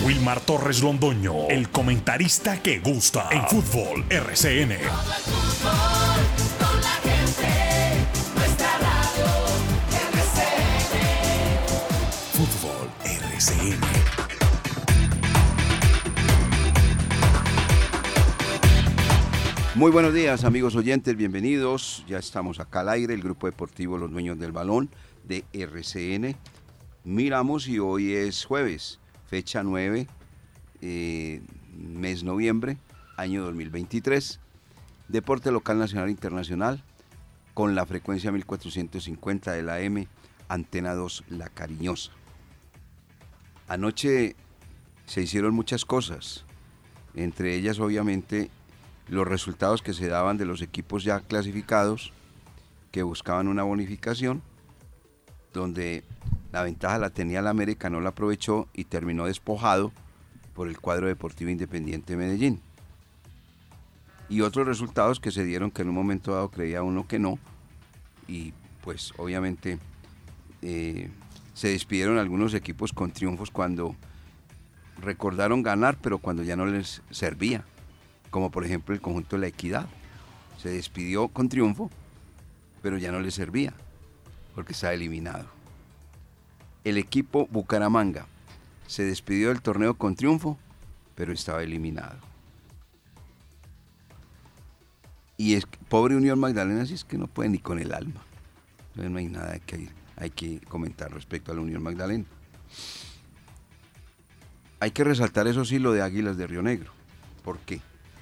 Wilmar Torres Londoño, el comentarista que gusta en Fútbol RCN. Fútbol RCN. Muy buenos días, amigos oyentes, bienvenidos. Ya estamos acá al aire, el Grupo Deportivo Los Dueños del Balón de RCN. Miramos y hoy es jueves, fecha 9, mes noviembre, año 2023. Deporte local, nacional e internacional, con la frecuencia 1450 de la AM, Antena 2, La Cariñosa. Anoche se hicieron muchas cosas, entre ellas obviamente los resultados que se daban de los equipos ya clasificados que buscaban una bonificación, donde la ventaja la tenía el América, no la aprovechó y terminó despojado por el cuadro Deportivo Independiente de Medellín. Y otros resultados que se dieron que en un momento dado creía uno que no, y pues obviamente se despidieron algunos equipos con triunfos cuando recordaron ganar, pero cuando ya no les servía, como por ejemplo el conjunto de La Equidad. Se despidió con triunfo, pero ya no les servía, porque está eliminado. El equipo Bucaramanga se despidió del torneo con triunfo, pero estaba eliminado. Y es pobre Unión Magdalena, si es que no puede ni con el alma. Entonces no hay nada que hay que comentar respecto a la Unión Magdalena. Hay que resaltar eso sí lo de Águilas de Río Negro. ¿Por qué?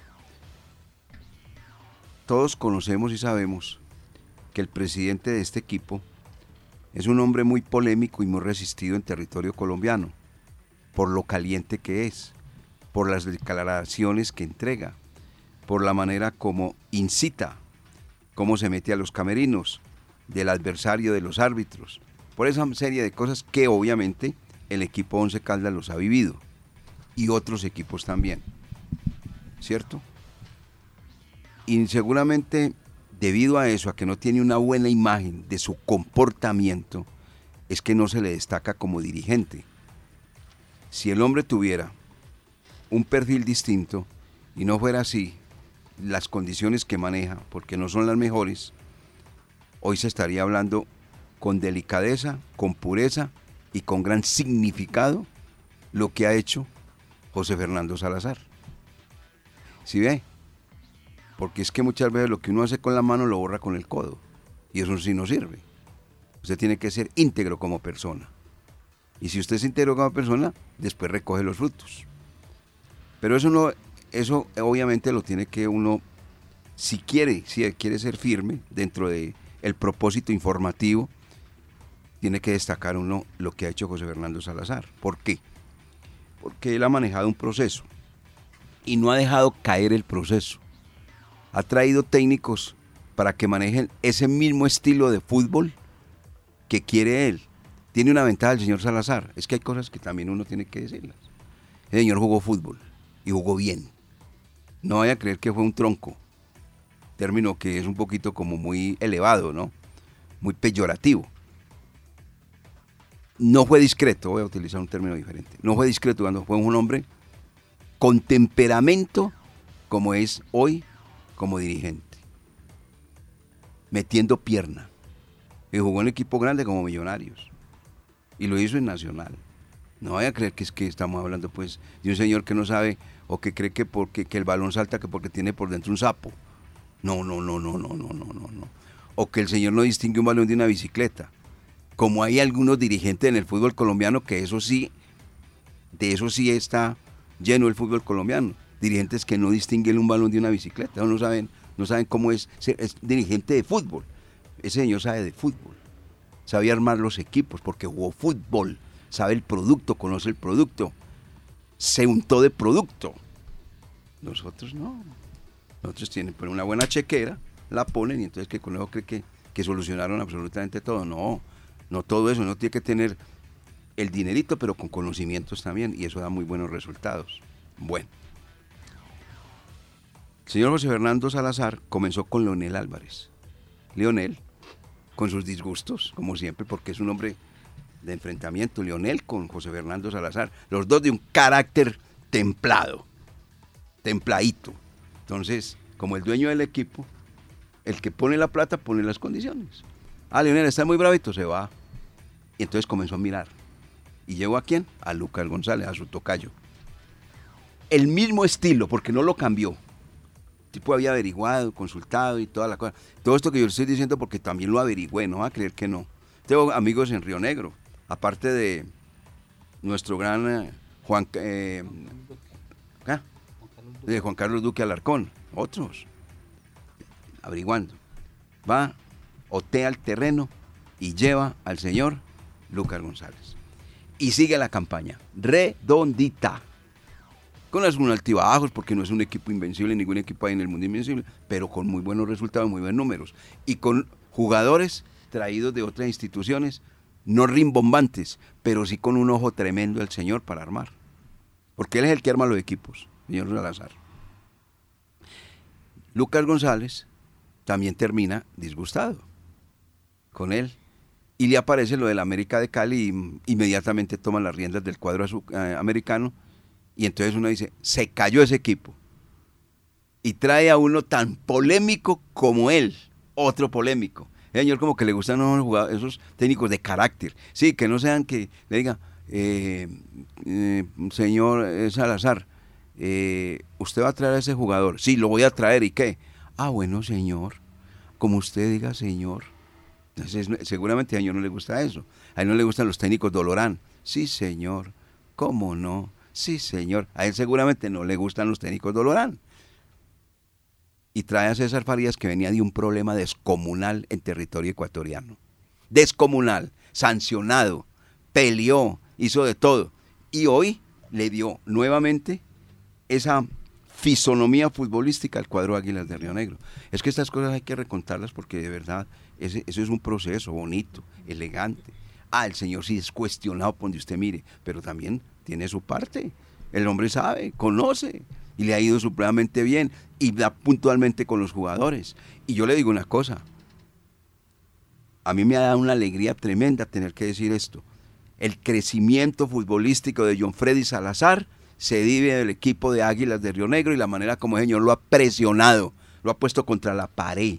Todos conocemos y sabemos que el presidente de este equipo es un hombre muy polémico y muy resistido en territorio colombiano, por lo caliente que es, por las declaraciones que entrega, por la manera como incita, cómo se mete a los camerinos del adversario, de los árbitros, por esa serie de cosas que obviamente el equipo Once Caldas los ha vivido, y otros equipos también, ¿cierto? Y seguramente debido a eso, a que no tiene una buena imagen de su comportamiento, es que no se le destaca como dirigente. Si el hombre tuviera un perfil distinto y no fuera así, las condiciones que maneja, porque no son las mejores, hoy se estaría hablando con delicadeza, con pureza y con gran significado lo que ha hecho José Fernando Salazar. ¿Sí ve? Porque es que muchas veces lo que uno hace con la mano lo borra con el codo, y eso sí no sirve. Usted tiene que ser íntegro como persona, y si usted es íntegro como persona, después recoge los frutos. Pero eso obviamente lo tiene que uno, si quiere ser firme dentro del propósito informativo, tiene que destacar uno lo que ha hecho José Fernando Salazar. ¿Por qué? Porque él ha manejado un proceso y no ha dejado caer el proceso. Ha traído técnicos para que manejen ese mismo estilo de fútbol que quiere él. Tiene una ventaja el señor Salazar, es que hay cosas que también uno tiene que decirlas. El señor jugó fútbol y jugó bien. No vaya a creer que fue un tronco, término que es un poquito como muy elevado, ¿no? Muy peyorativo. No fue discreto, voy a utilizar un término diferente. No fue discreto cuando fue un hombre con temperamento como es hoy como dirigente, metiendo pierna, y jugó en equipo grande como Millonarios, y lo hizo en Nacional. No vaya a creer que es que estamos hablando pues de un señor que no sabe, o que cree que porque que el balón salta que porque tiene por dentro un sapo. No. O que el señor no distingue un balón de una bicicleta, como hay algunos dirigentes en el fútbol colombiano que eso sí, de eso sí está lleno el fútbol colombiano. Dirigentes que no distinguen un balón de una bicicleta, no saben cómo es dirigente de fútbol. Ese señor sabe de fútbol, sabe armar los equipos porque jugó fútbol, sabe el producto, conoce el producto, se untó de producto. Nosotros no, nosotros tienen una buena chequera, la ponen y entonces que con eso cree que solucionaron absolutamente todo. No todo eso, uno tiene que tener el dinerito pero con conocimientos también, y eso da muy buenos resultados. Bueno. El señor José Fernando Salazar comenzó con Leonel Álvarez. Leonel, con sus disgustos, como siempre, porque es un hombre de enfrentamiento, Leonel con José Fernando Salazar, los dos de un carácter templado, templadito. Entonces, como el dueño del equipo, el que pone la plata pone las condiciones. Leonel está muy bravito, se va. Y entonces comenzó a mirar. ¿Y llegó a quién? A Lucas González, a su tocayo. El mismo estilo, porque no lo cambió. El tipo había averiguado, consultado y toda la cosa. Todo esto que yo le estoy diciendo porque también lo averigüé, no va a creer que no. Tengo amigos en Río Negro, aparte de nuestro gran Juan Carlos Duque Alarcón, otros, averiguando. Va, otea el terreno y lleva al señor Lucas González. Y sigue la campaña, redondita. Con algunos altibajos, porque no es un equipo invencible, ningún equipo hay en el mundo invencible, pero con muy buenos resultados, muy buenos números. Y con jugadores traídos de otras instituciones, no rimbombantes, pero sí con un ojo tremendo del señor para armar. Porque él es el que arma los equipos, señor Salazar. Lucas González también termina disgustado con él. Y le aparece lo del América de Cali y inmediatamente toman las riendas del cuadro americano. Y entonces uno dice, se cayó ese equipo. Y trae a uno tan polémico como él, otro polémico. El señor como que le gustan esos técnicos de carácter. Sí, que no sean que le digan, señor Salazar, ¿usted va a traer a ese jugador? Sí, lo voy a traer, ¿y qué? Bueno, señor, como usted diga, señor. Entonces, seguramente a señor no le gusta eso. A él no le gustan los técnicos Dolorán. Sí, señor, ¿cómo no? Sí, señor. A él seguramente no le gustan los técnicos Dolorán. Y trae a César Farías, que venía de un problema descomunal en territorio ecuatoriano. Descomunal, sancionado, peleó, hizo de todo. Y hoy le dio nuevamente esa fisonomía futbolística al cuadro Águilas de Río Negro. Es que estas cosas hay que recontarlas porque de verdad eso es un proceso bonito, elegante. El señor sí es cuestionado por donde usted mire, pero también tiene su parte. El hombre sabe, conoce y le ha ido supremamente bien y da puntualmente con los jugadores. Y yo le digo una cosa, a mí me ha dado una alegría tremenda tener que decir esto. El crecimiento futbolístico de John Freddy Salazar se debe del equipo de Águilas de Río Negro y la manera como el señor lo ha presionado, lo ha puesto contra la pared.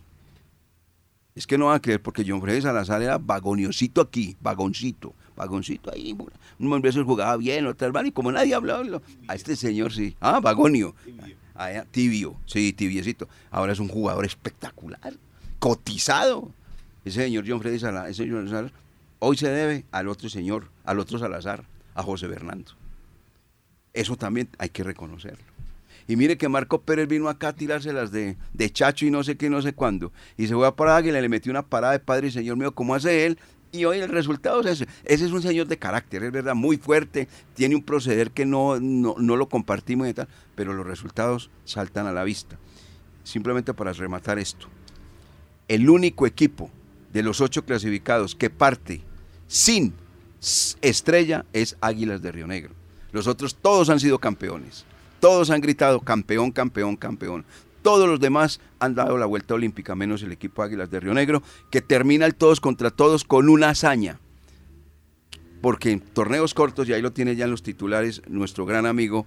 Es que no van a creer porque John Freddy Salazar era vagoniosito aquí, vagoncito ahí. Unas veces jugaba bien, otras mal, y como nadie hablaba, a este señor sí, vagonio, tibio, sí, tibiecito. Ahora es un jugador espectacular, cotizado. Ese señor John Freddy Salazar, hoy se debe al otro señor, al otro Salazar, a José Fernando. Eso también hay que reconocerlo. Y mire que Marco Pérez vino acá a tirárselas de chacho y no sé qué, no sé cuándo. Y se fue a Águila y le metió una parada de Padre y Señor mío, como hace él. Y hoy el resultado es ese. Ese es un señor de carácter, es verdad, muy fuerte. Tiene un proceder que no lo compartimos y tal, pero los resultados saltan a la vista. Simplemente para rematar esto. El único equipo de los 8 clasificados que parte sin estrella es Águilas de Río Negro. Los otros todos han sido campeones. Todos han gritado campeón, campeón, campeón. Todos los demás han dado la vuelta olímpica, menos el equipo Águilas de Río Negro, que termina el todos contra todos con una hazaña. Porque en torneos cortos, y ahí lo tiene ya en los titulares nuestro gran amigo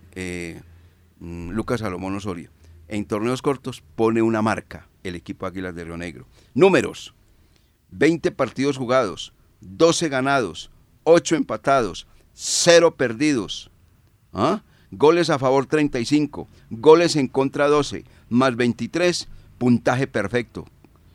Lucas Salomón Osorio, en torneos cortos pone una marca el equipo Águilas de Río Negro. Números: 20 partidos jugados, 12 ganados, 8 empatados, 0 perdidos. Goles a favor 35, goles en contra 12, más 23, puntaje perfecto,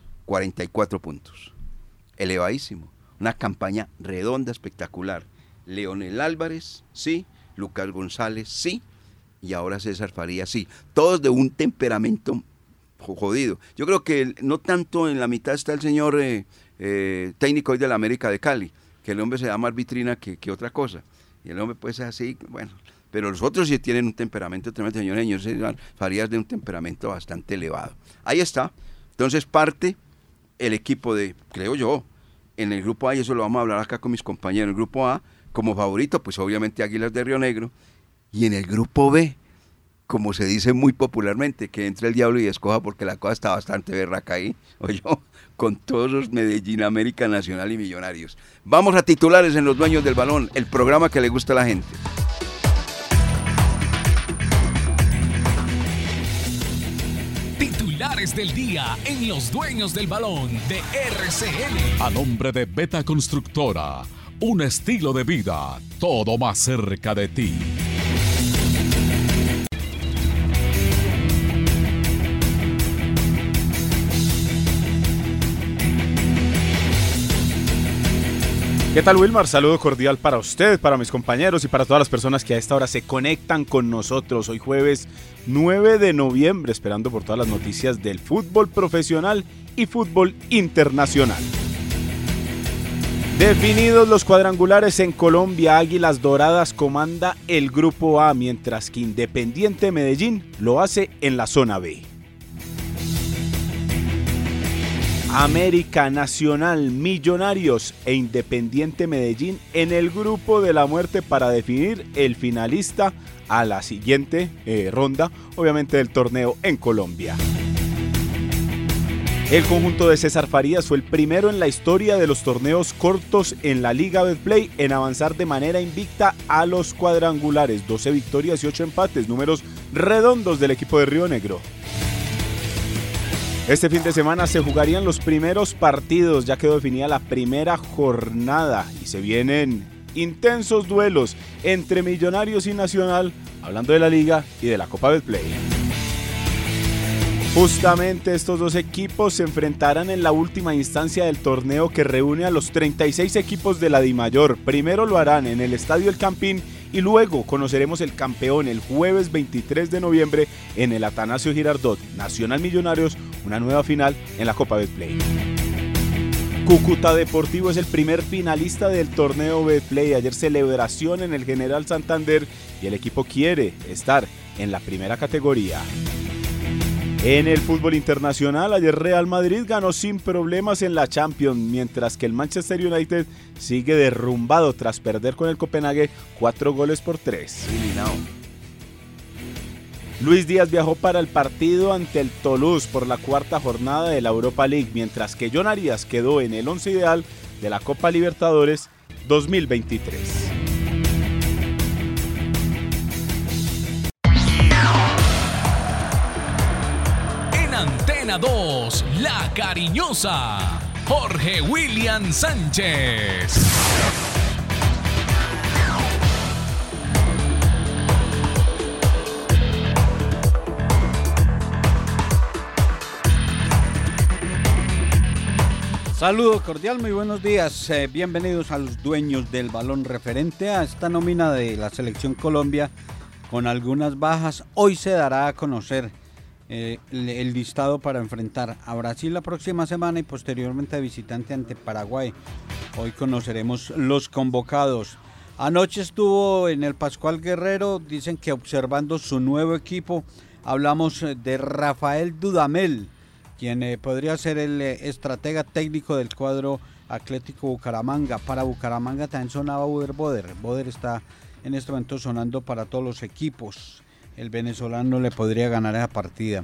44 puntos. Elevadísimo, una campaña redonda, espectacular. Leonel Álvarez, sí, Lucas González, sí, y ahora César Farías, sí. Todos de un temperamento jodido. Yo creo que no tanto en la mitad está el señor técnico hoy de la América de Cali, que el hombre se da más vitrina que otra cosa. Y el hombre puede ser así, bueno... Pero los otros sí tienen un temperamento tremendo, señor Farías de un temperamento bastante elevado. Ahí está. Entonces parte el equipo de, creo yo, en el grupo A, y eso lo vamos a hablar acá con mis compañeros, en el grupo A, como favorito, pues obviamente Águilas de Río Negro, y en el grupo B, como se dice muy popularmente, que entre el diablo y escoja, porque la cosa está bastante berraca ahí, oye, con todos los Medellín, América Nacional y Millonarios. Vamos a titulares en Los Dueños del Balón, el programa que le gusta a la gente. Titulares del día en Los Dueños del Balón de RCN. A nombre de Beta Constructora, un estilo de vida, todo más cerca de ti. ¿Qué tal, Wilmar? Saludo cordial para usted, para mis compañeros y para todas las personas que a esta hora se conectan con nosotros. Hoy jueves 9 de noviembre, esperando por todas las noticias del fútbol profesional y fútbol internacional. Definidos los cuadrangulares en Colombia, Águilas Doradas comanda el Grupo A, mientras que Independiente Medellín lo hace en la zona B. América, Nacional, Millonarios e Independiente Medellín en el grupo de la muerte para definir el finalista a la siguiente ronda, obviamente del torneo en Colombia. El conjunto de César Farías fue el primero en la historia de los torneos cortos en la Liga Betplay en avanzar de manera invicta a los cuadrangulares, 12 victorias y 8 empates, números redondos del equipo de Río Negro. Este fin de semana se jugarían los primeros partidos, ya quedó definida la primera jornada y se vienen intensos duelos entre Millonarios y Nacional, hablando de la Liga y de la Copa Betplay. Justamente estos dos equipos se enfrentarán en la última instancia del torneo que reúne a los 36 equipos de la Dimayor. Primero lo harán en el Estadio El Campín y luego conoceremos el campeón el jueves 23 de noviembre en el Atanasio Girardot. Nacional Millonarios, una nueva final en la Copa Betplay. Cúcuta Deportivo es el primer finalista del torneo Betplay. Ayer celebración en el General Santander y el equipo quiere estar en la primera categoría. En el fútbol internacional, ayer Real Madrid ganó sin problemas en la Champions, mientras que el Manchester United sigue derrumbado tras perder con el Copenhague 4-3. Luis Díaz viajó para el partido ante el Toulouse por la cuarta jornada de la Europa League, mientras que John Arias quedó en el once ideal de la Copa Libertadores 2023. Antena 2, La Cariñosa, Jorge William Sánchez. Saludo cordial, muy buenos días, bienvenidos a los Dueños del Balón. Referente a esta nómina de la Selección Colombia con algunas bajas, hoy se dará a conocer el listado para enfrentar a Brasil la próxima semana y posteriormente de visitante ante Paraguay. Hoy conoceremos los convocados. Anoche estuvo en el Pascual Guerrero, dicen que observando su nuevo equipo. Hablamos de Rafael Dudamel, quien podría ser el estratega técnico del cuadro Atlético Bucaramanga. Para Bucaramanga también sonaba Boder. Boder está en este momento sonando para todos los equipos. El venezolano le podría ganar esa partida.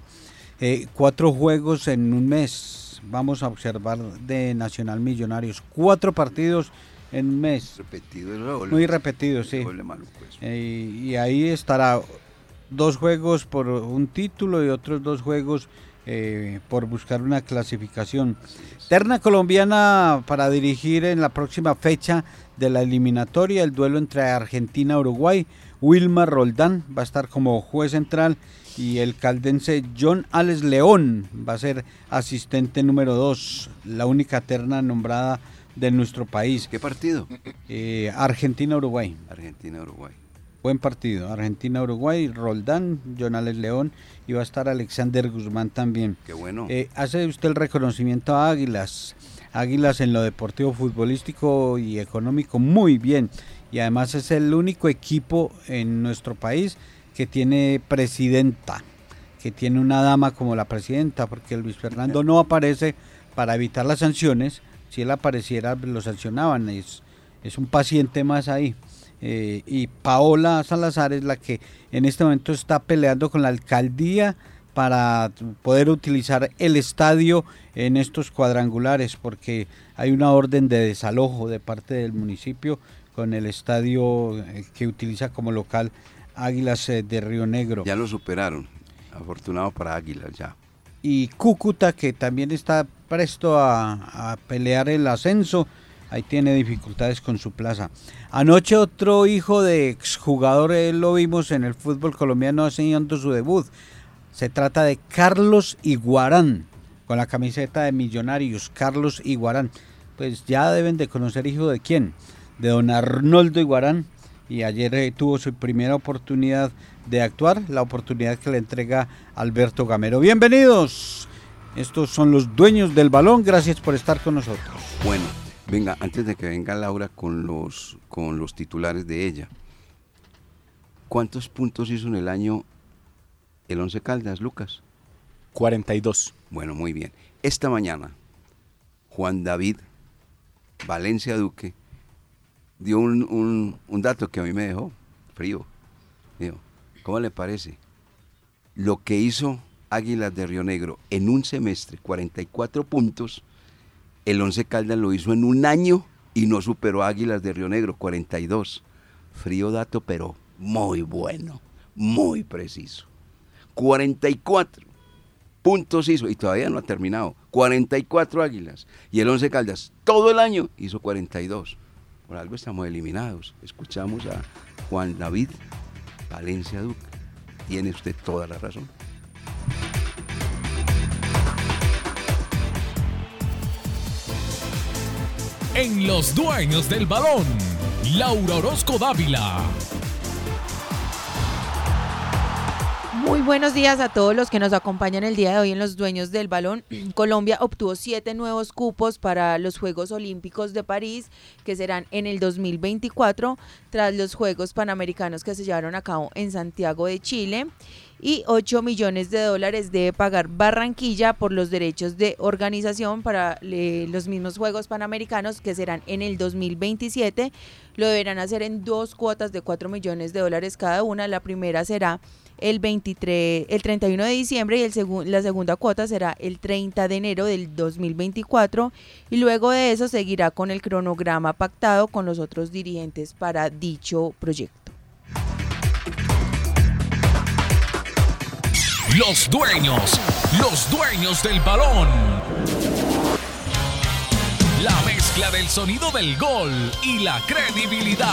4 juegos en un mes. Vamos a observar de Nacional Millonarios. 4 partidos en un mes. Repetido, muy repetido, sí. Malo, pues. Y ahí estará 2 juegos por un título y otros 2 juegos por buscar una clasificación. Terna colombiana para dirigir en la próxima fecha de la eliminatoria, el duelo entre Argentina y Uruguay. Wilmar Roldán va a estar como juez central y el caldense John Alex León va a ser asistente número 2, la única terna nombrada de nuestro país. ¿Qué partido? Argentina-Uruguay. Argentina-Uruguay. Buen partido, Argentina-Uruguay, Roldán, John Alex León y va a estar Alexander Guzmán también. Qué bueno. Hace usted el reconocimiento a Águilas. Águilas en lo deportivo, futbolístico y económico muy bien. Y además es el único equipo en nuestro país que tiene presidenta, que tiene una dama como la presidenta, porque Luis Fernando no aparece para evitar las sanciones. Si él apareciera, lo sancionaban. Es un paciente más ahí. y Paola Salazar es la que en este momento está peleando con la alcaldía para poder utilizar el estadio en estos cuadrangulares, porque hay una orden de desalojo de parte del municipio con el estadio que utiliza como local Águilas de Río Negro. Ya lo superaron, afortunado para Águilas ya. Y Cúcuta, que también está presto a pelear el ascenso, ahí tiene dificultades con su plaza. Anoche otro hijo de exjugador, lo vimos en el fútbol colombiano haciendo su debut. Se trata de Carlos Iguarán, con la camiseta de Millonarios, Carlos Iguarán. Pues ya deben de conocer hijo de quién, de don Arnoldo Iguarán, y ayer tuvo su primera oportunidad de actuar, la oportunidad que le entrega Alberto Gamero. Bienvenidos, estos son los dueños del balón, gracias por estar con nosotros. Bueno, venga, antes de que venga Laura con los titulares de ella, ¿cuántos puntos hizo en el año el Once Caldas, Lucas? 42. Bueno, muy bien. Esta mañana, Juan David Valencia Duque dio un dato que a mí me dejó frío. Digo, ¿cómo le parece? Lo que hizo Águilas de Río Negro en un semestre, 44 puntos, el Once Caldas lo hizo en un año y no superó a Águilas de Río Negro, 42. Frío dato, pero muy bueno, muy preciso. 44 puntos hizo, y todavía no ha terminado, 44 Águilas, y el Once Caldas todo el año hizo 42. Por algo estamos eliminados. Escuchamos a Juan David Valencia Duque. Tiene usted toda la razón. En los dueños del balón, Laura Orozco Dávila. Muy buenos días a todos los que nos acompañan el día de hoy en los dueños del balón. Colombia obtuvo 7 nuevos cupos para los Juegos Olímpicos de París, que serán en el 2024, tras los Juegos Panamericanos que se llevaron a cabo en Santiago de Chile. Y $8 millones debe pagar Barranquilla por los derechos de organización para los mismos Juegos Panamericanos, que serán en el 2027. Lo deberán hacer en 2 cuotas de $4 millones cada una. La primera será el 31 de diciembre y la segunda cuota será el 30 de enero del 2024, y luego de eso seguirá con el cronograma pactado con los otros dirigentes para dicho proyecto. Los dueños del balón. La mezcla del sonido del gol y la credibilidad.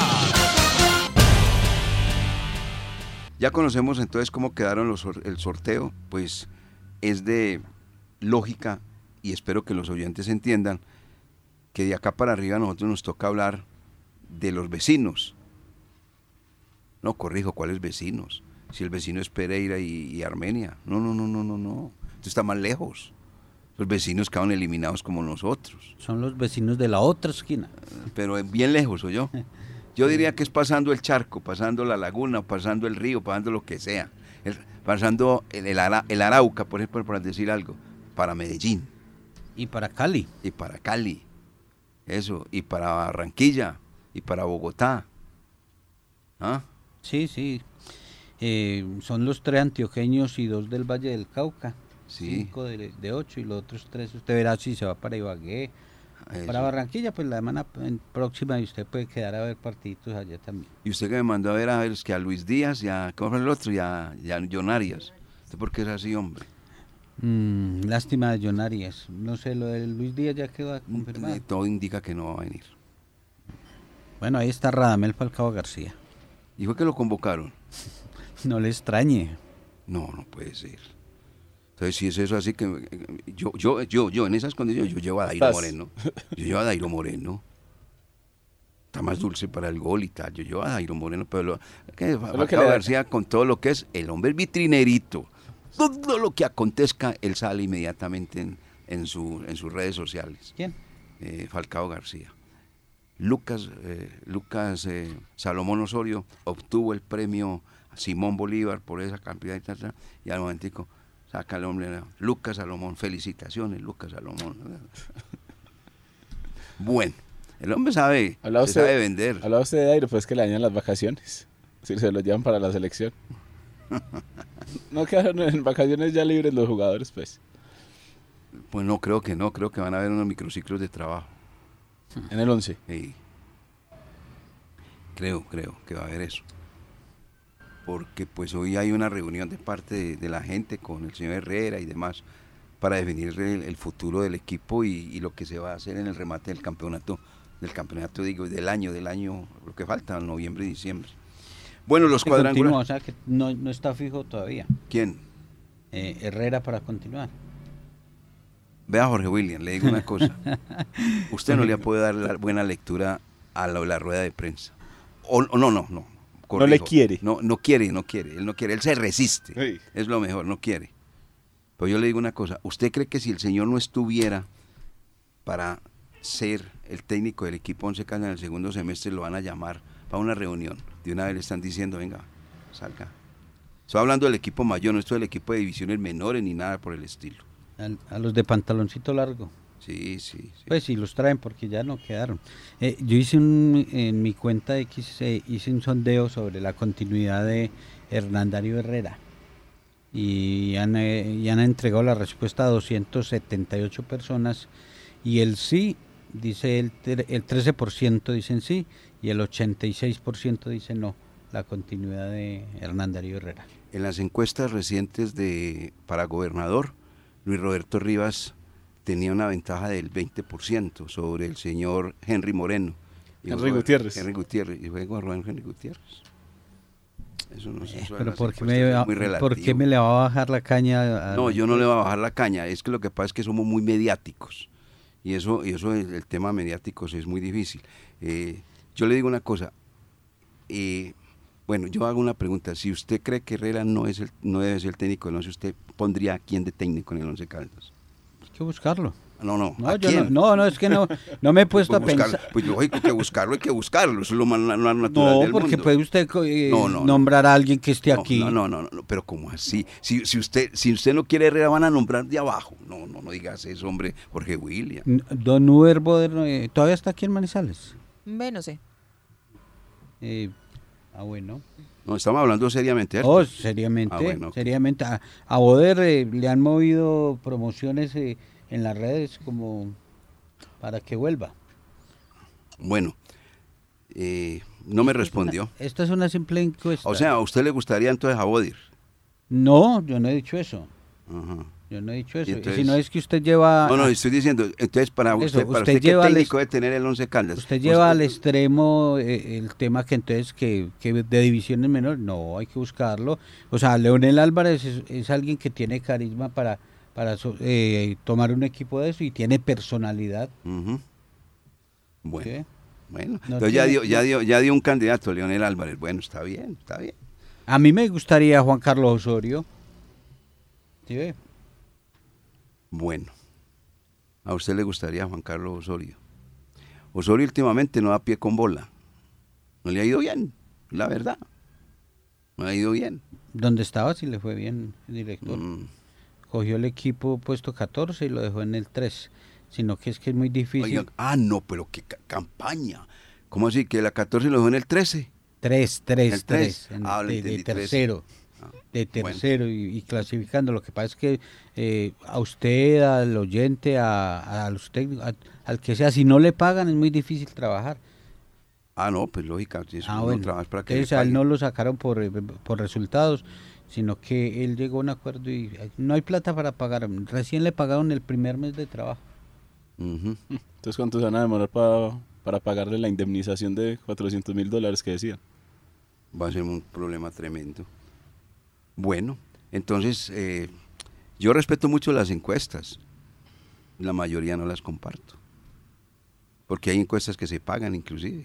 Ya conocemos entonces cómo quedaron el sorteo, pues es de lógica, y espero que los oyentes entiendan, que de acá para arriba a nosotros nos toca hablar de los vecinos. No, corrijo, ¿cuáles vecinos? Si el vecino es Pereira y Armenia. No. Esto está más lejos. Los vecinos quedaron eliminados como nosotros. Son los vecinos de la otra esquina. Pero bien lejos, ¿oyó? Yo diría que es pasando el charco, pasando la laguna, pasando el río, pasando lo que sea. Pasando el Arauca, por ejemplo, para decir algo, para Medellín. Y para Cali. Y para Cali. Eso, y para Barranquilla, y para Bogotá. ¿Ah? Sí. Son los 3 antioqueños y 2 del Valle del Cauca. Sí. 5 de 8 y los otros 3, usted verá si se va para Ibagué. Eso. Para Barranquilla, pues la semana próxima y usted puede quedar a ver partidos allá también. Y usted que me mandó a ver es que a Luis Díaz y a, ¿cómo fue el otro? Y a John Arias. ¿Usted por qué es así, hombre? Lástima de John Arias. No sé, lo de Luis Díaz ya quedó confirmado. Todo indica que no va a venir. Bueno, ahí está Radamel Falcao García. ¿Y fue que lo convocaron? No le extrañe. No puede ser. Entonces, si es eso así que yo en esas condiciones, yo llevo a Dairo Moreno. Está más dulce para el gol y tal. Yo llevo a Dairo Moreno, pero Falcao García, con todo lo que es, el hombre es vitrinerito. Todo lo que acontezca, él sale inmediatamente en sus redes sociales. ¿Quién? Falcao García. Lucas Salomón Osorio obtuvo el premio Simón Bolívar por esa cantidad y al momentico saca el hombre, Lucas Salomón, felicitaciones, Lucas Salomón. Bueno, El hombre sabe, sabe vender. Hablaba usted de Airo, pues que le dañan las vacaciones. Si se lo llevan para la selección. No quedaron en vacaciones ya libres los jugadores, pues. Pues no, creo que van a haber unos microciclos de trabajo. En el 11. Sí. Creo que va a haber eso. Porque pues hoy hay una reunión de parte de la gente con el señor Herrera y demás para definir el futuro del equipo y lo que se va a hacer en el remate del campeonato digo, del año, lo que falta, noviembre y diciembre. Bueno, los cuadrangulares. O sea que no está fijo todavía. ¿Quién? Herrera para continuar. Vea, Jorge William, le digo una cosa. Usted no le puede dar la buena lectura a la rueda de prensa. O no. Corrijo. No le quiere. No quiere. Él no quiere. Él se resiste. Sí. Es lo mejor, no quiere. Pero yo le digo una cosa. ¿Usted cree que si el señor no estuviera para ser el técnico del equipo Once Caldas en el segundo semestre, lo van a llamar para una reunión? De una vez le están diciendo, venga, salga. Estoy hablando del equipo mayor, no estoy del equipo de divisiones menores ni nada por el estilo. A los de pantaloncito largo. Sí. Pues sí, los traen porque ya no quedaron. Yo hice en mi cuenta X, hice un sondeo sobre la continuidad de Hernán Darío Herrera. Y han entregado la respuesta a 278 personas. Y el sí, dice el 13% dicen sí, y el 86% dice no, la continuidad de Hernán Darío Herrera. En las encuestas recientes para gobernador, Luis Roberto Rivas tenía una ventaja del 20% sobre el señor Henry Moreno. Henry Gutiérrez. Y fue con Henry Gutiérrez. Eso no sé. Pero ¿por qué me le va a bajar la caña? No, yo no le voy a bajar la caña. Es que lo que pasa es que somos muy mediáticos. Y eso el tema mediático es muy difícil. Yo le digo una cosa. Bueno, yo hago una pregunta. Si usted cree que Herrera no debe ser técnico del Once, ¿usted pondría a quién de técnico en el Once Caldas? Hay que buscarlo. No, ¿a quién? No, es que no me he puesto a pensar. Pues lógico que buscarlo, eso es lo más natural del mundo. No, porque puede usted nombrar a alguien que esté aquí. No, pero ¿cómo así? Si usted no quiere Herrera, van a nombrar de abajo. No digas eso, hombre, Jorge William. Don Uber Boder, ¿todavía está aquí en Manizales? No sé. Bueno. No, estamos hablando seriamente. ¿cierto? Oh, seriamente. Bueno, okay. Seriamente. A Boder le han movido promociones en las redes como para que vuelva. Bueno, no me respondió. Esta es una simple encuesta. O sea, ¿a usted le gustaría entonces a Bodir? No, yo no he dicho eso. Ajá. Yo no he dicho eso. Entonces, si no es que usted lleva... No, estoy diciendo, entonces para usted ¿qué técnico debe tener el Once Caldas? Usted lleva al extremo el tema que entonces que de divisiones menores, no, hay que buscarlo. O sea, Leonel Álvarez es alguien que tiene carisma para tomar un equipo de eso y tiene personalidad. Uh-huh. Bueno, ¿qué? Bueno, No entonces ya dio un candidato, Leonel Álvarez. Bueno, está bien. A mí me gustaría Juan Carlos Osorio. ¿Sí ve? Bueno, a usted le gustaría Juan Carlos Osorio. Osorio últimamente no da pie con bola. No le ha ido bien, la verdad. No le ha ido bien. ¿Dónde estaba? Si le fue bien el director. Cogió el equipo puesto 14 y lo dejó en el 3. Sino que es muy difícil. Oigan, no, pero qué campaña. ¿Cómo así? ¿Que la 14 lo dejó en el 13? 3. De tercero. De tercero bueno. y clasificando. Lo que pasa es que a usted, al oyente, a los técnicos, al que sea, si no le pagan es muy difícil trabajar. No, pues lógica. Si bueno. trabaja para que Entonces a él no lo sacaron por resultados, sino que él llegó a un acuerdo y no hay plata para pagar. Recién le pagaron el primer mes de trabajo. Uh-huh. Entonces, ¿cuánto se van a demorar para pagarle la indemnización de $400,000 que decían? Va a ser un problema tremendo. Bueno, entonces yo respeto mucho las encuestas. La mayoría no las comparto. Porque hay encuestas que se pagan inclusive.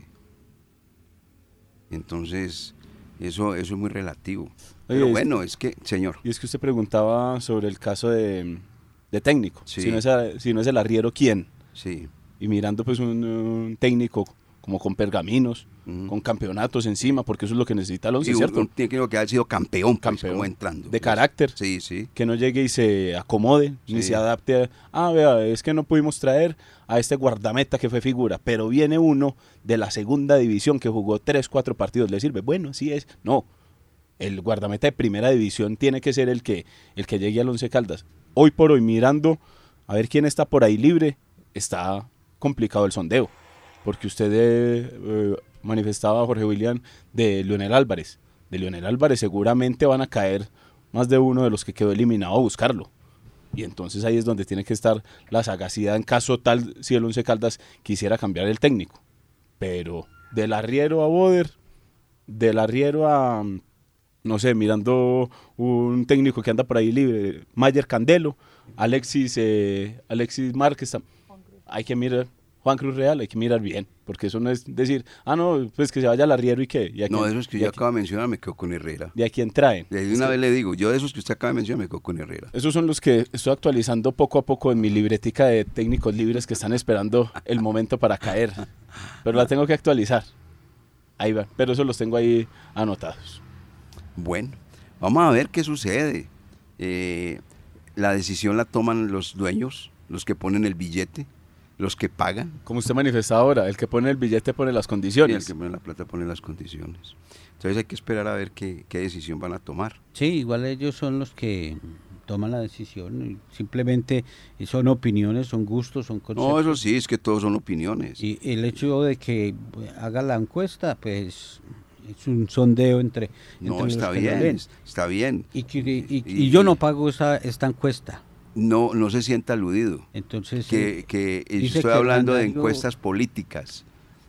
Entonces, eso es muy relativo. Oye, pero bueno, es que, señor. Y es que usted preguntaba sobre el caso de técnico. Sí. Si no es el arriero, ¿quién? Sí. Y mirando pues un técnico como con pergaminos, con campeonatos encima, porque eso es lo que necesita el Once, ¿cierto? Un técnico que ha sido campeón, pues, como entrando. De carácter. Sí, sí. Que no llegue y se acomode, ni se adapte vea, es que no pudimos traer a este guardameta que fue figura, pero viene uno de la segunda división que jugó 3-4 partidos, ¿le sirve? Bueno, sí es. No, el guardameta de primera división tiene que ser el que llegue al Once Caldas. Hoy por hoy, mirando a ver quién está por ahí libre, está complicado el sondeo, porque usted manifestaba, Jorge William, de Leonel Álvarez. De Leonel Álvarez seguramente van a caer más de uno de los que quedó eliminado a buscarlo. Y entonces ahí es donde tiene que estar la sagacidad en caso tal si el Once Caldas quisiera cambiar el técnico. Pero del arriero a Boder, del arriero a, no sé, mirando un técnico que anda por ahí libre, Mayer Candelo, Alexis Márquez, hay que mirar, Juan Cruz Real, hay que mirar bien, porque eso no es decir, no, pues que se vaya al arriero y qué. No, de esos que yo acabo de mencionar me quedo con Herrera. ¿De a quién traen? De una vez le digo, yo de esos que usted acaba de mencionar me quedo con Herrera. Esos son los que estoy actualizando poco a poco en mi libretica de técnicos libres que están esperando el momento para caer, pero la tengo que actualizar. Ahí va, pero esos los tengo ahí anotados. Bueno, vamos a ver qué sucede. La decisión la toman los dueños, los que ponen el billete, los que pagan. Como usted manifesta ahora, el que pone el billete pone las condiciones. Y el que pone la plata pone las condiciones. Entonces hay que esperar a ver qué decisión van a tomar. Sí, igual ellos son los que toman la decisión. Simplemente son opiniones, son gustos, son conceptos. No, eso sí, es que todos son opiniones. Y el hecho de que haga la encuesta, pues es un sondeo entre no, los está que bien, lo leen. está bien. Y yo no pago esta encuesta. No se sienta aludido. Entonces que estoy hablando de encuestas políticas.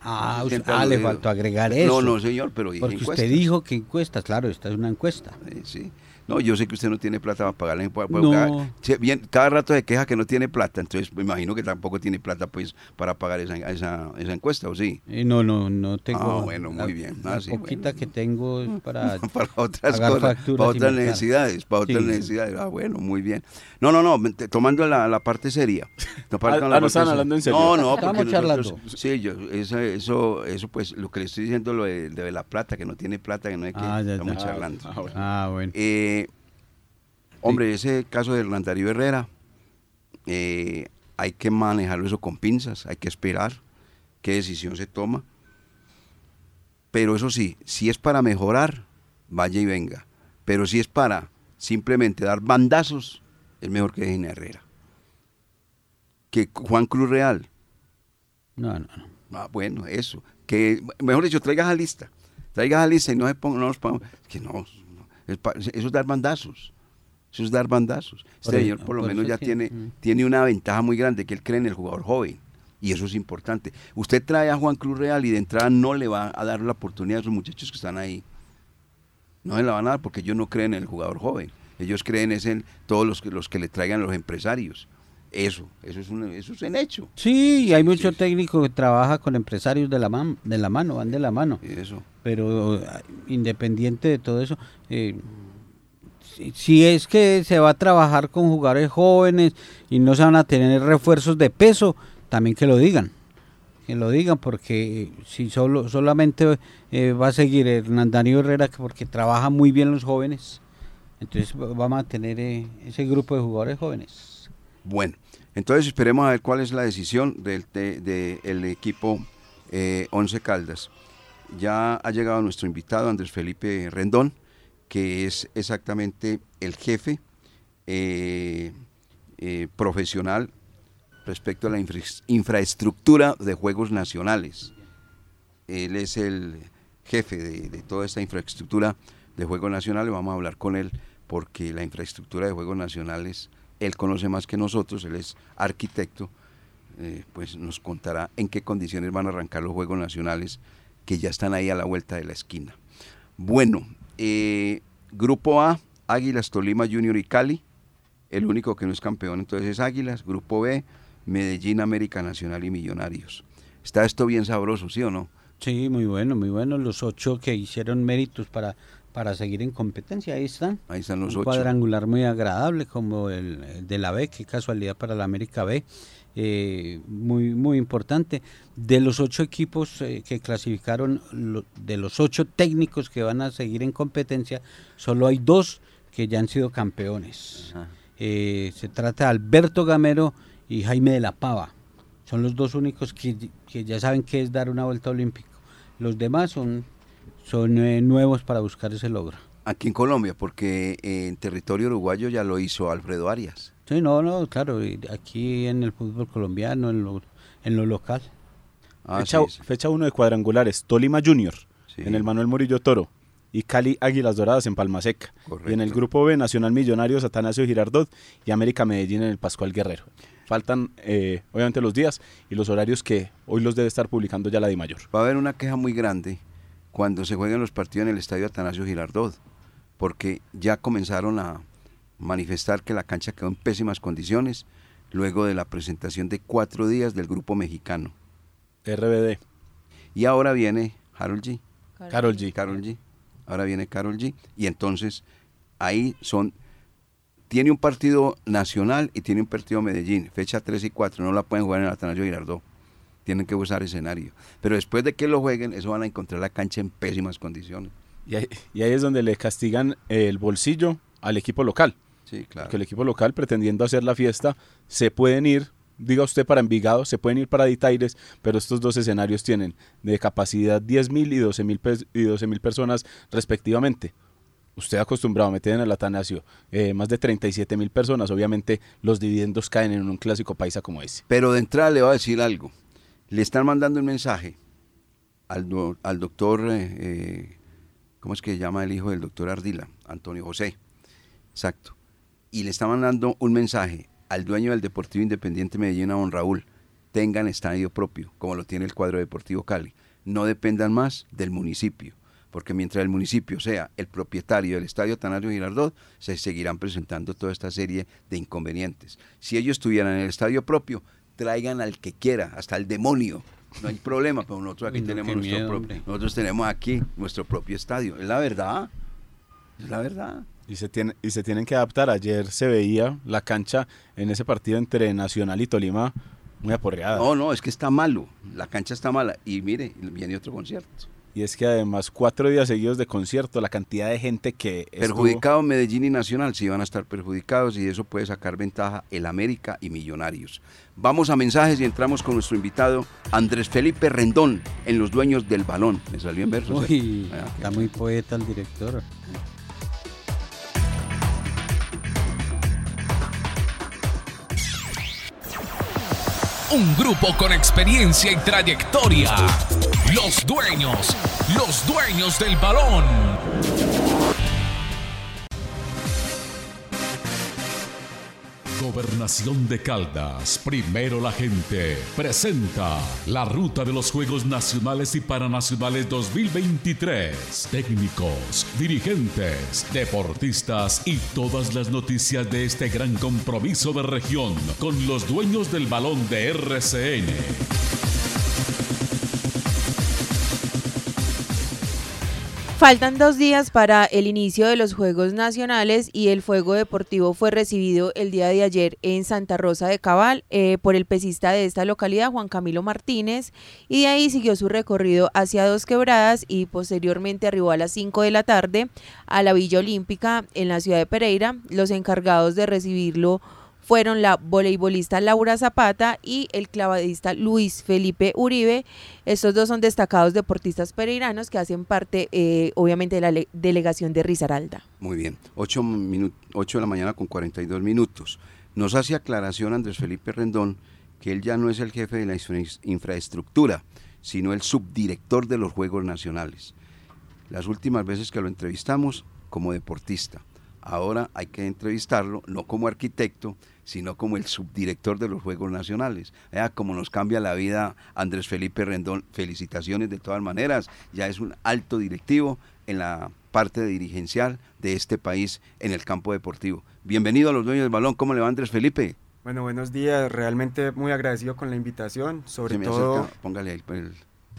Le faltó agregar eso. No, señor, pero dije porque encuestas. usted dijo que encuestas, claro, esta es una encuesta. Sí. No, yo sé que usted no tiene plata para pagarle. No. Cada rato se queja que no tiene plata, entonces me imagino que tampoco tiene plata pues para pagar esa encuesta, ¿o sí? No tengo. Bueno, muy bien. La poquita que tengo es para otras pagar cosas, facturas para otras y necesidades, necesidades. Bueno, muy bien. No, tomando la parte seria. No están hablando en serio. No, estamos charlando. Sí, eso pues lo que le estoy diciendo lo de la plata, que no tiene plata, que no es que estamos charlando. Bueno. Hombre, ese caso de Hernán Darío Herrera, hay que manejarlo eso con pinzas, hay que esperar qué decisión se toma. Pero eso sí, si es para mejorar, vaya y venga. Pero si es para simplemente dar bandazos, es mejor que dejen a Herrera. Que Juan Cruz Real. No. Bueno, eso. Que, mejor dicho, traigas a lista y no nos pongamos. Que no, eso es dar bandazos. Eso es dar bandazos. Este señor por lo menos ya tiene una ventaja muy grande, que él cree en el jugador joven. Y eso es importante. Usted trae a Juan Cruz Real y de entrada no le va a dar la oportunidad a esos muchachos que están ahí. No se la van a dar porque ellos no creen en el jugador joven. Ellos creen en todos los que le traigan los empresarios. Eso es un hecho. Sí, y hay mucho técnico que trabaja con empresarios van de la mano. Eso. Pero independiente de todo eso, si es que se va a trabajar con jugadores jóvenes y no se van a tener refuerzos de peso, también que lo digan, porque si solamente va a seguir Hernán Darío Herrera porque trabaja muy bien los jóvenes, entonces vamos a tener ese grupo de jugadores jóvenes. Bueno, entonces esperemos a ver cuál es la decisión del equipo Once Caldas. Ya ha llegado nuestro invitado Andrés Felipe Rendón, que es exactamente el jefe profesional respecto a la infraestructura de Juegos Nacionales. Él es el jefe de toda esta infraestructura de Juegos Nacionales. Vamos a hablar con él porque la infraestructura de Juegos Nacionales, él conoce más que nosotros, él es arquitecto, pues nos contará en qué condiciones van a arrancar los Juegos Nacionales, que ya están ahí a la vuelta de la esquina. Bueno, Grupo A, Águilas, Tolima, Junior y Cali. El único que no es campeón entonces es Águilas. Grupo B, Medellín, América Nacional y Millonarios. Está esto bien sabroso, ¿sí o no? Sí, muy bueno. Los 8 que hicieron méritos para para seguir en competencia. Ahí están los un 8. Cuadrangular muy agradable como el de la B, qué casualidad para la América B. Muy, muy importante. De los 8 equipos que clasificaron, de los 8 técnicos que van a seguir en competencia, solo hay 2 que ya han sido campeones. Se trata de Alberto Gamero y Jaime de la Pava. Son los 2 únicos que ya saben qué es dar una vuelta olímpica. Los demás son nuevos para buscar ese logro. Aquí en Colombia, porque en territorio uruguayo ya lo hizo Alfredo Arias. Sí, no, claro, aquí en el fútbol colombiano, en lo local. Fecha 1 de cuadrangulares, Tolima Junior, sí, en el Manuel Murillo Toro, y Cali Águilas Doradas en Palma Seca. Correcto. Y en el grupo B, Nacional Millonarios, Atanasio Girardot y América Medellín en el Pascual Guerrero. Faltan obviamente los días y los horarios que hoy los debe estar publicando ya la DIMAYOR. Va a haber una queja muy grande cuando se jueguen los partidos en el estadio Atanasio Girardot, porque ya comenzaron a manifestar que la cancha quedó en pésimas condiciones luego de la presentación de 4 días del grupo mexicano. RBD. Y ahora viene Karol G. Karol G. Ahora viene Karol G. Y entonces ahí tiene un partido nacional y tiene un partido Medellín, fecha 3 y 4, no la pueden jugar en el Atanasio Girardot. Tienen que usar escenario. Pero después de que lo jueguen, eso van a encontrar la cancha en pésimas condiciones. Y ahí es donde le castigan el bolsillo al equipo local. Sí, claro. Porque el equipo local, pretendiendo hacer la fiesta, se pueden ir, diga usted, para Envigado, se pueden ir para Ditaires, pero estos 2 escenarios tienen de capacidad 10.000 y 12.000 personas respectivamente. Usted acostumbrado a meter en el Atanasio más de 37.000 personas, obviamente los dividendos caen en un clásico paisa como ese. Pero de entrada le voy a decir algo. Le están mandando un mensaje al doctor, ¿cómo es que se llama el hijo del doctor Ardila? Antonio José. Exacto. Y le están mandando un mensaje al dueño del Deportivo Independiente Medellín, a don Raúl: tengan estadio propio, como lo tiene el cuadro Deportivo Cali. No dependan más del municipio, porque mientras el municipio sea el propietario del estadio Atanasio Girardot, se seguirán presentando toda esta serie de inconvenientes. Si ellos estuvieran en el estadio propio, traigan al que quiera, hasta el demonio. No hay problema, pero nosotros aquí nosotros tenemos aquí nuestro propio estadio. Es la verdad. Es la verdad. Y se tienen que adaptar. Ayer se veía la cancha en ese partido entre Nacional y Tolima muy aporreada. No, es que está malo. La cancha está mala. Y mire, viene otro concierto. Y es que además 4 días seguidos de concierto, la cantidad de gente que perjudicado Medellín y Nacional, sí van a estar perjudicados, y de eso puede sacar ventaja el América y Millonarios. Vamos a mensajes y entramos con nuestro invitado Andrés Felipe Rendón en Los Dueños del Balón. Me salió en versos. Uy, está muy poeta el director. Un grupo con experiencia y trayectoria. Los dueños del balón. Gobernación de Caldas, primero la gente, presenta la ruta de los Juegos Nacionales y Paranacionales 2023. Técnicos, dirigentes, deportistas y todas las noticias de este gran compromiso de región con los dueños del balón de RCN. Faltan 2 días para el inicio de los Juegos Nacionales y el fuego deportivo fue recibido el día de ayer en Santa Rosa de Cabal por el pesista de esta localidad, Juan Camilo Martínez, y de ahí siguió su recorrido hacia Dos Quebradas y posteriormente arribó a las 5 de la tarde a la Villa Olímpica en la ciudad de Pereira. Los encargados de recibirlo fueron la voleibolista Laura Zapata y el clavadista Luis Felipe Uribe. Estos 2 son destacados deportistas pereiranos que hacen parte, obviamente, de la delegación de Risaralda. Muy bien, 8 de la mañana con 42 minutos. Nos hace aclaración Andrés Felipe Rendón que él ya no es el jefe de la infraestructura, sino el subdirector de los Juegos Nacionales. Las últimas veces que lo entrevistamos como deportista. Ahora hay que entrevistarlo no como arquitecto, sino como el subdirector de los Juegos Nacionales. Como nos cambia la vida Andrés Felipe Rendón, felicitaciones de todas maneras, ya es un alto directivo en la parte dirigencial de este país en el campo deportivo. Bienvenido a Los Dueños del Balón. ¿Cómo le va, Andrés Felipe? Bueno, buenos días, realmente muy agradecido con la invitación, sobre todo... Póngale ahí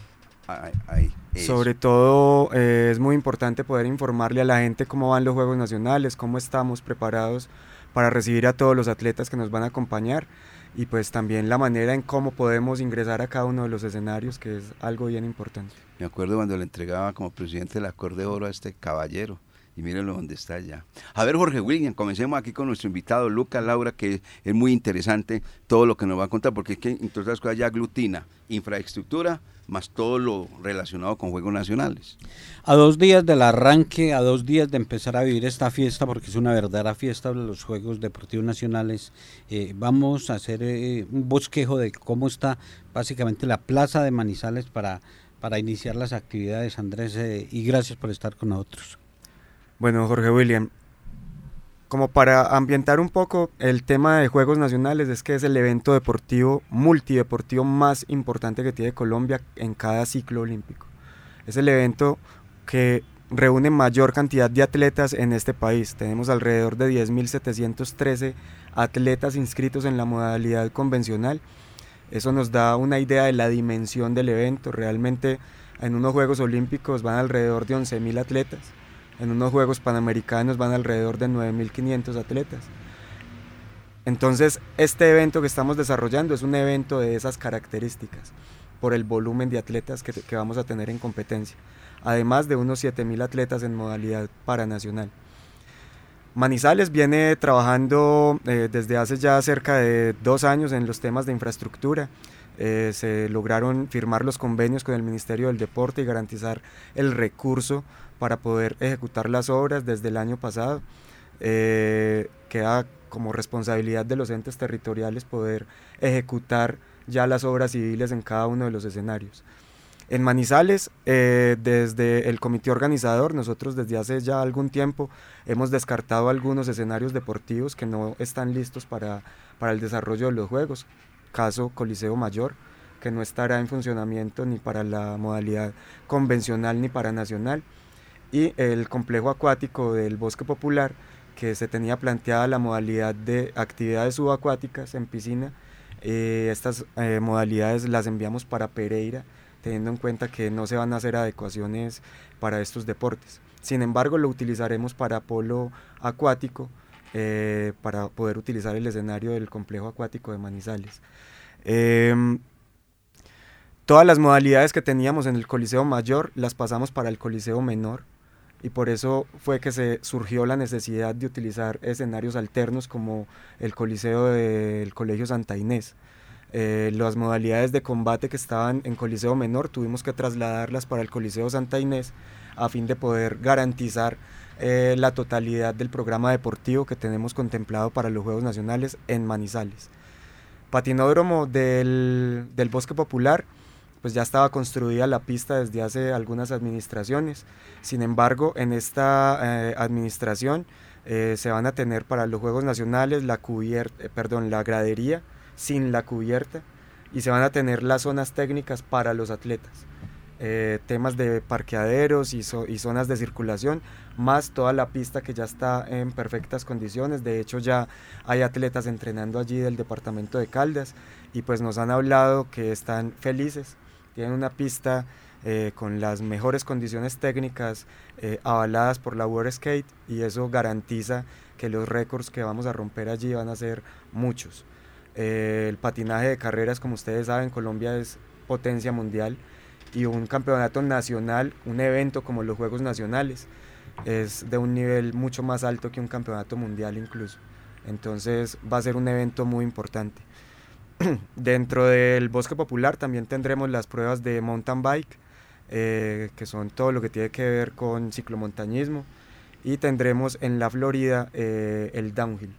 ahí. Sobre todo es muy importante poder informarle a la gente cómo van los Juegos Nacionales, cómo estamos preparados para recibir a todos los atletas que nos van a acompañar y pues también la manera en cómo podemos ingresar a cada uno de los escenarios, que es algo bien importante. Me acuerdo cuando le entregaba como presidente el Acorde de Oro a este caballero. Y mírenlo donde está ya. A ver, Jorge William, comencemos aquí con nuestro invitado, Lucas Laura, que es muy interesante todo lo que nos va a contar, porque es que, entre otras cosas, ya aglutina infraestructura más todo lo relacionado con Juegos Nacionales. A 2 días del arranque, a 2 días de empezar a vivir esta fiesta, porque es una verdadera fiesta de los Juegos Deportivos Nacionales, vamos a hacer un bosquejo de cómo está básicamente la plaza de Manizales para iniciar las actividades, Andrés, y gracias por estar con nosotros. Bueno, Jorge William, como para ambientar un poco el tema de Juegos Nacionales, es que es el evento deportivo, multideportivo más importante que tiene Colombia en cada ciclo olímpico. Es el evento que reúne mayor cantidad de atletas en este país. Tenemos alrededor de 10.713 atletas inscritos en la modalidad convencional. Eso nos da una idea de la dimensión del evento. Realmente en unos Juegos Olímpicos van alrededor de 11.000 atletas. En unos Juegos Panamericanos van alrededor de 9.500 atletas. Entonces, este evento que estamos desarrollando es un evento de esas características, por el volumen de atletas que vamos a tener en competencia, además de unos 7.000 atletas en modalidad paranacional. Manizales viene trabajando desde hace ya cerca de 2 años en los temas de infraestructura. Se lograron firmar los convenios con el Ministerio del Deporte y garantizar el recurso para poder ejecutar las obras desde el año pasado. Queda como responsabilidad de los entes territoriales poder ejecutar ya las obras civiles en cada uno de los escenarios. En Manizales, desde el comité organizador, nosotros desde hace ya algún tiempo hemos descartado algunos escenarios deportivos que no están listos para el desarrollo de los Juegos. Caso Coliseo Mayor, que no estará en funcionamiento ni para la modalidad convencional ni para nacional, y el complejo acuático del Bosque Popular, que se tenía planteada la modalidad de actividades subacuáticas en piscina. Estas modalidades las enviamos para Pereira, teniendo en cuenta que no se van a hacer adecuaciones para estos deportes. Sin embargo, lo utilizaremos para polo acuático, para poder utilizar el escenario del complejo acuático de Manizales. Todas las modalidades que teníamos en el Coliseo Mayor las pasamos para el Coliseo Menor, y por eso fue que se surgió la necesidad de utilizar escenarios alternos como el Coliseo del Colegio Santa Inés. Las modalidades de combate que estaban en Coliseo Menor tuvimos que trasladarlas para el Coliseo Santa Inés a fin de poder garantizar la totalidad del programa deportivo que tenemos contemplado para los Juegos Nacionales en Manizales. Patinódromo del Bosque Popular, pues ya estaba construida la pista desde hace algunas administraciones. Sin embargo, en esta administración se van a tener para los Juegos Nacionales la gradería sin la cubierta, y se van a tener las zonas técnicas para los atletas. Temas de parqueaderos y zonas de circulación, más toda la pista que ya está en perfectas condiciones. De hecho, ya hay atletas entrenando allí del departamento de Caldas, y pues nos han hablado que están felices. Tienen una pista con las mejores condiciones técnicas avaladas por la World Skate, y eso garantiza que los récords que vamos a romper allí van a ser muchos. El patinaje de carreras, como ustedes saben, Colombia es potencia mundial, y un campeonato nacional, un evento como los Juegos Nacionales, es de un nivel mucho más alto que un campeonato mundial incluso. Entonces va a ser un evento muy importante. Dentro del Bosque Popular también tendremos las pruebas de mountain bike, que son todo lo que tiene que ver con ciclomontañismo, y tendremos en la Florida el downhill.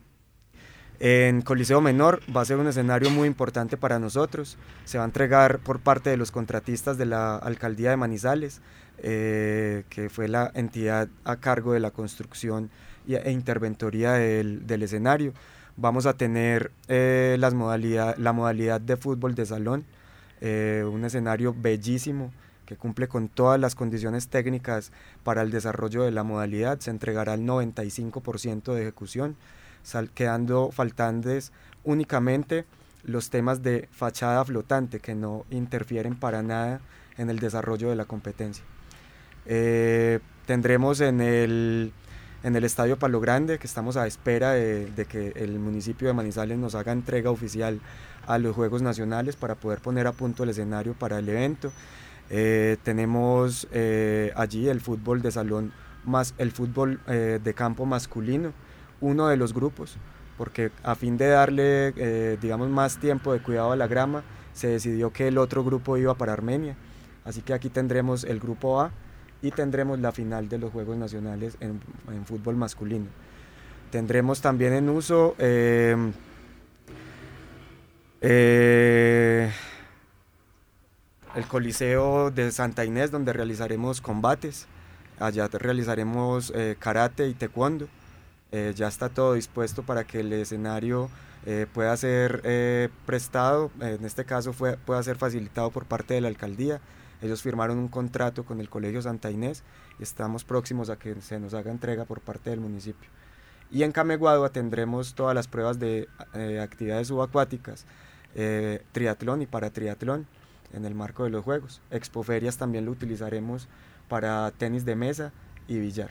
En Coliseo Menor va a ser un escenario muy importante para nosotros. Se va a entregar por parte de los contratistas de la Alcaldía de Manizales, que fue la entidad a cargo de la construcción e interventoría del escenario. Vamos a tener la modalidad de fútbol de salón, un escenario bellísimo que cumple con todas las condiciones técnicas para el desarrollo de la modalidad. Se entregará el 95% de ejecución, quedando faltantes únicamente los temas de fachada flotante, que no interfieren para nada en el desarrollo de la competencia. Tendremos en el Estadio Palo Grande, que estamos a espera de que el municipio de Manizales nos haga entrega oficial a los Juegos Nacionales para poder poner a punto el escenario para el evento. Tenemos allí el fútbol de salón más el fútbol de campo masculino, uno de los grupos, porque a fin de darle digamos más tiempo de cuidado a la grama, se decidió que el otro grupo iba para Armenia, así que aquí tendremos el grupo A y tendremos la final de los Juegos Nacionales en fútbol masculino. Tendremos también en uso el Coliseo de Santa Inés, donde realizaremos combates. Allá realizaremos karate y taekwondo. Ya está todo dispuesto para que el escenario pueda ser prestado, en este caso pueda ser facilitado por parte de la alcaldía. Ellos firmaron un contrato con el Colegio Santa Inés y estamos próximos a que se nos haga entrega por parte del municipio. Y en Cameguadua tendremos todas las pruebas de actividades subacuáticas, triatlón y paratriatlón en el marco de los Juegos. Expoferias también lo utilizaremos para tenis de mesa y billar.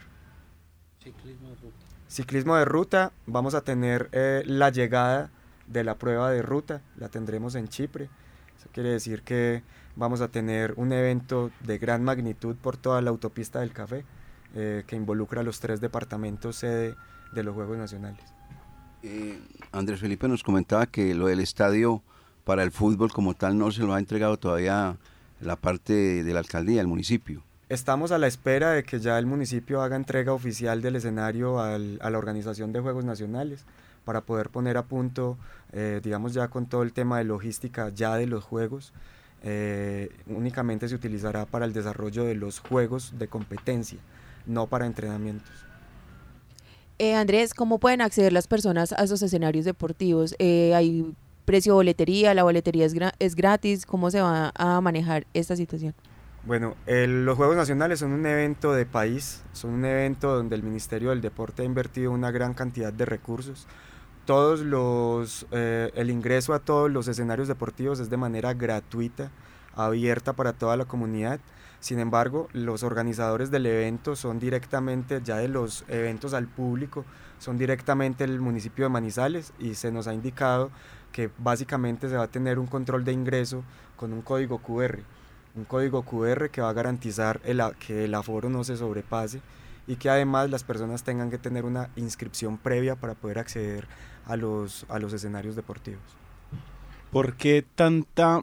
Ciclismo de ruta, vamos a tener la llegada de la prueba de ruta, la tendremos en Chipre. Eso quiere decir que vamos a tener un evento de gran magnitud por toda la autopista del café, que involucra a los 3 departamentos sede de los Juegos Nacionales. Andrés Felipe nos comentaba que lo del estadio para el fútbol como tal no se lo ha entregado todavía la parte de la alcaldía, el municipio. Estamos a la espera de que ya el municipio haga entrega oficial del escenario a la organización de Juegos Nacionales para poder poner a punto, digamos ya con todo el tema de logística ya de los Juegos. Únicamente se utilizará para el desarrollo de los Juegos de competencia, no para entrenamientos. Andrés, ¿cómo pueden acceder las personas a esos escenarios deportivos? ¿Hay precio boletería? ¿La boletería es gratis? ¿Cómo se va a manejar esta situación? Bueno, los Juegos Nacionales son un evento de país, son un evento donde el Ministerio del Deporte ha invertido una gran cantidad de recursos. El ingreso a todos los escenarios deportivos es de manera gratuita, abierta para toda la comunidad. Sin embargo, los organizadores del evento son directamente, ya de los eventos al público, son directamente el municipio de Manizales, y se nos ha indicado que básicamente se va a tener un control de ingreso con un código QR. Un código QR que va a garantizar que el aforo no se sobrepase y que además las personas tengan que tener una inscripción previa para poder acceder a los escenarios deportivos. ¿Por qué tanta,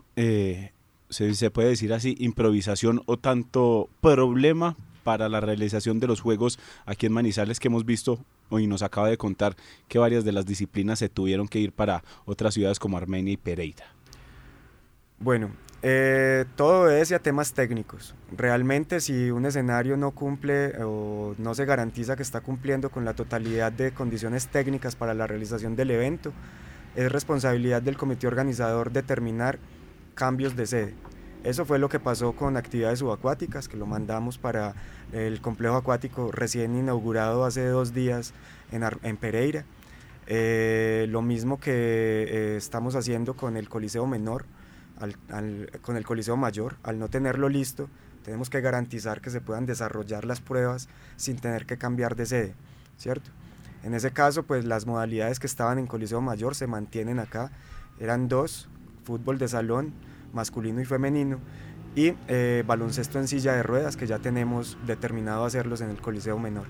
se puede decir así, improvisación o tanto problema para la realización de los Juegos aquí en Manizales, que hemos visto hoy nos acaba de contar que varias de las disciplinas se tuvieron que ir para otras ciudades como Armenia y Pereira? Bueno, todo obedece a temas técnicos. Realmente si un escenario no cumple o no se garantiza que está cumpliendo con la totalidad de condiciones técnicas para la realización del evento, es responsabilidad del comité organizador determinar cambios de sede. Eso fue lo que pasó con actividades subacuáticas, que lo mandamos para el complejo acuático recién inaugurado hace 2 días en Pereira. Lo mismo que estamos haciendo con el Coliseo Menor, con el Coliseo Mayor. Al no tenerlo listo, tenemos que garantizar que se puedan desarrollar las pruebas sin tener que cambiar de sede, ¿cierto? En ese caso, pues las modalidades que estaban en Coliseo Mayor se mantienen acá. Eran 2, fútbol de salón, masculino y femenino, y baloncesto en silla de ruedas, que ya tenemos determinado hacerlos en el Coliseo Menor.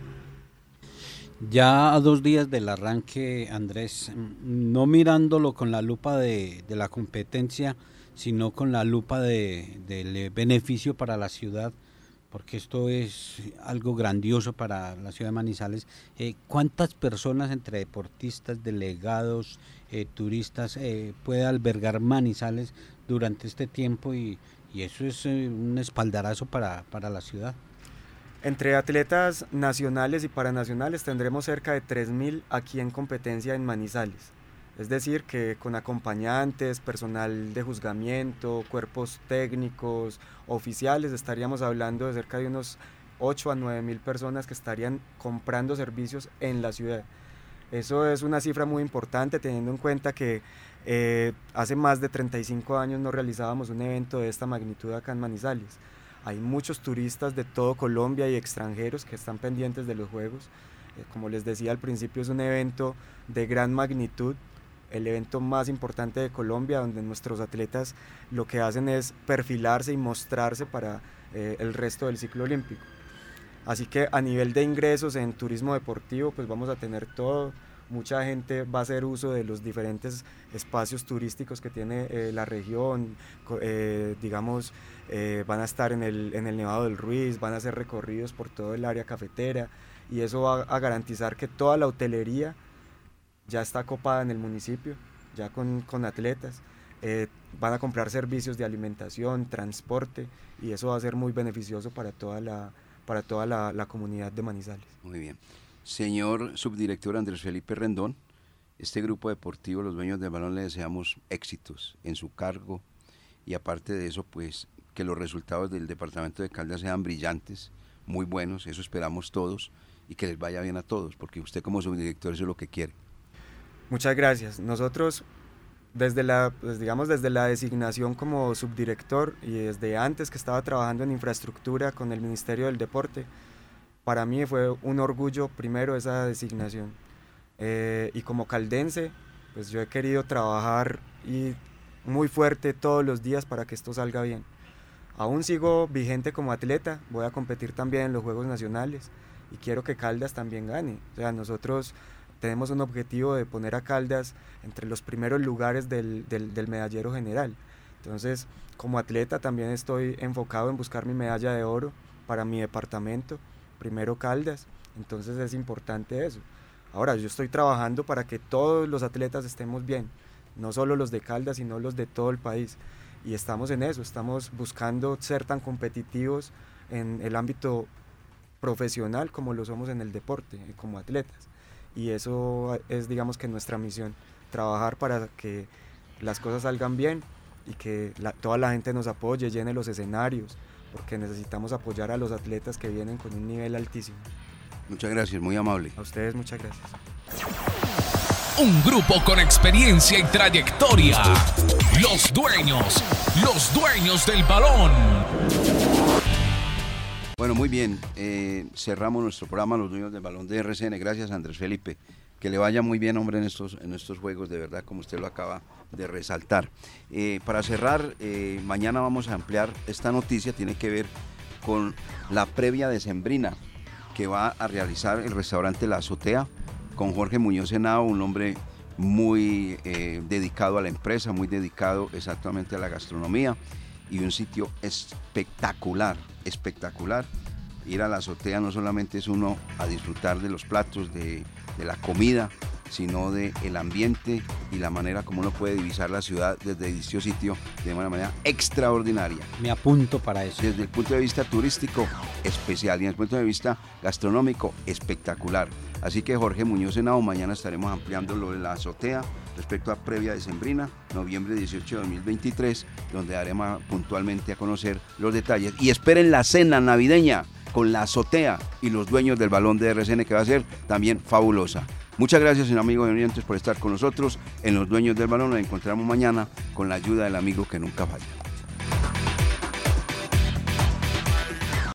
Ya a 2 días del arranque, Andrés, no mirándolo con la lupa de la competencia, sino con la lupa del beneficio para la ciudad, porque esto es algo grandioso para la ciudad de Manizales. ¿Cuántas personas entre deportistas, delegados, turistas puede albergar Manizales durante este tiempo? Y eso es un espaldarazo para la ciudad. Entre atletas nacionales y paranacionales tendremos cerca de 3.000 aquí en competencia en Manizales. Es decir, que con acompañantes, personal de juzgamiento, cuerpos técnicos, oficiales, estaríamos hablando de cerca de unos 8 a 9.000 personas que estarían comprando servicios en la ciudad. Eso es una cifra muy importante teniendo en cuenta que hace más de 35 años no realizábamos un evento de esta magnitud acá en Manizales. Hay muchos turistas de todo Colombia y extranjeros que están pendientes de los Juegos. Como les decía al principio, es un evento de gran magnitud, el evento más importante de Colombia, donde nuestros atletas lo que hacen es perfilarse y mostrarse para el resto del ciclo olímpico. Así que a nivel de ingresos en turismo deportivo, pues vamos a tener todo. Mucha gente va a hacer uso de los diferentes espacios turísticos que tiene la región, van a estar en el Nevado del Ruiz, van a hacer recorridos por todo el área cafetera, y eso va a garantizar que toda la hotelería ya está copada en el municipio, ya con atletas. Van a comprar servicios de alimentación, transporte, y eso va a ser muy beneficioso para toda la comunidad de Manizales. Muy bien. Señor subdirector Andrés Felipe Rendón, este grupo deportivo, los dueños del balón, le deseamos éxitos en su cargo, y aparte de eso, pues que los resultados del departamento de Caldas sean brillantes, muy buenos, eso esperamos todos, y que les vaya bien a todos, porque usted como subdirector eso es lo que quiere. Muchas gracias. Nosotros desde la designación como subdirector y desde antes que estaba trabajando en infraestructura con el Ministerio del Deporte, para mí fue un orgullo primero esa designación. Y como caldense, pues yo he querido trabajar muy fuerte todos los días para que esto salga bien. Aún sigo vigente como atleta, voy a competir también en los Juegos Nacionales y quiero que Caldas también gane. O sea, nosotros tenemos un objetivo de poner a Caldas entre los primeros lugares del medallero general. Entonces, como atleta también estoy enfocado en buscar mi medalla de oro para mi departamento, primero Caldas, entonces es importante eso. Ahora, yo estoy trabajando para que todos los atletas estemos bien, no solo los de Caldas, sino los de todo el país. Y estamos en eso, estamos buscando ser tan competitivos en el ámbito profesional como lo somos en el deporte, como atletas. Y eso es, digamos, que nuestra misión, trabajar para que las cosas salgan bien y que toda la gente nos apoye, llene los escenarios, porque necesitamos apoyar a los atletas que vienen con un nivel altísimo. Muchas gracias, muy amable. A ustedes muchas gracias. Un grupo con experiencia y trayectoria. Los dueños del balón. Bueno, muy bien. Cerramos nuestro programa Los Dueños del Balón de RCN. Gracias, Andrés Felipe. Que le vaya muy bien, hombre, en estos juegos, de verdad, como usted lo acaba de resaltar. Para cerrar, mañana vamos a ampliar esta noticia, tiene que ver con la previa decembrina que va a realizar el restaurante La Azotea con Jorge Muñoz Henao, un hombre muy dedicado a la empresa, muy dedicado exactamente a la gastronomía, y un sitio espectacular. Ir a La Azotea no solamente es uno a disfrutar de los platos, de la comida, sino del ambiente y la manera como uno puede divisar la ciudad desde dicho sitio de una manera extraordinaria. Me apunto para eso. Desde el punto de vista turístico, especial, y desde el punto de vista gastronómico, espectacular. Así que Jorge Muñoz Henao, mañana estaremos ampliando lo de La Azotea respecto a previa decembrina, noviembre 18 de 2023, donde daremos puntualmente a conocer los detalles. Y esperen la cena navideña con La Azotea y los dueños del balón de RCN, que va a ser también fabulosa. Muchas gracias, amigos y oyentes, por estar con nosotros en Los Dueños del Balón. Nos encontramos mañana con la ayuda del amigo que nunca falla.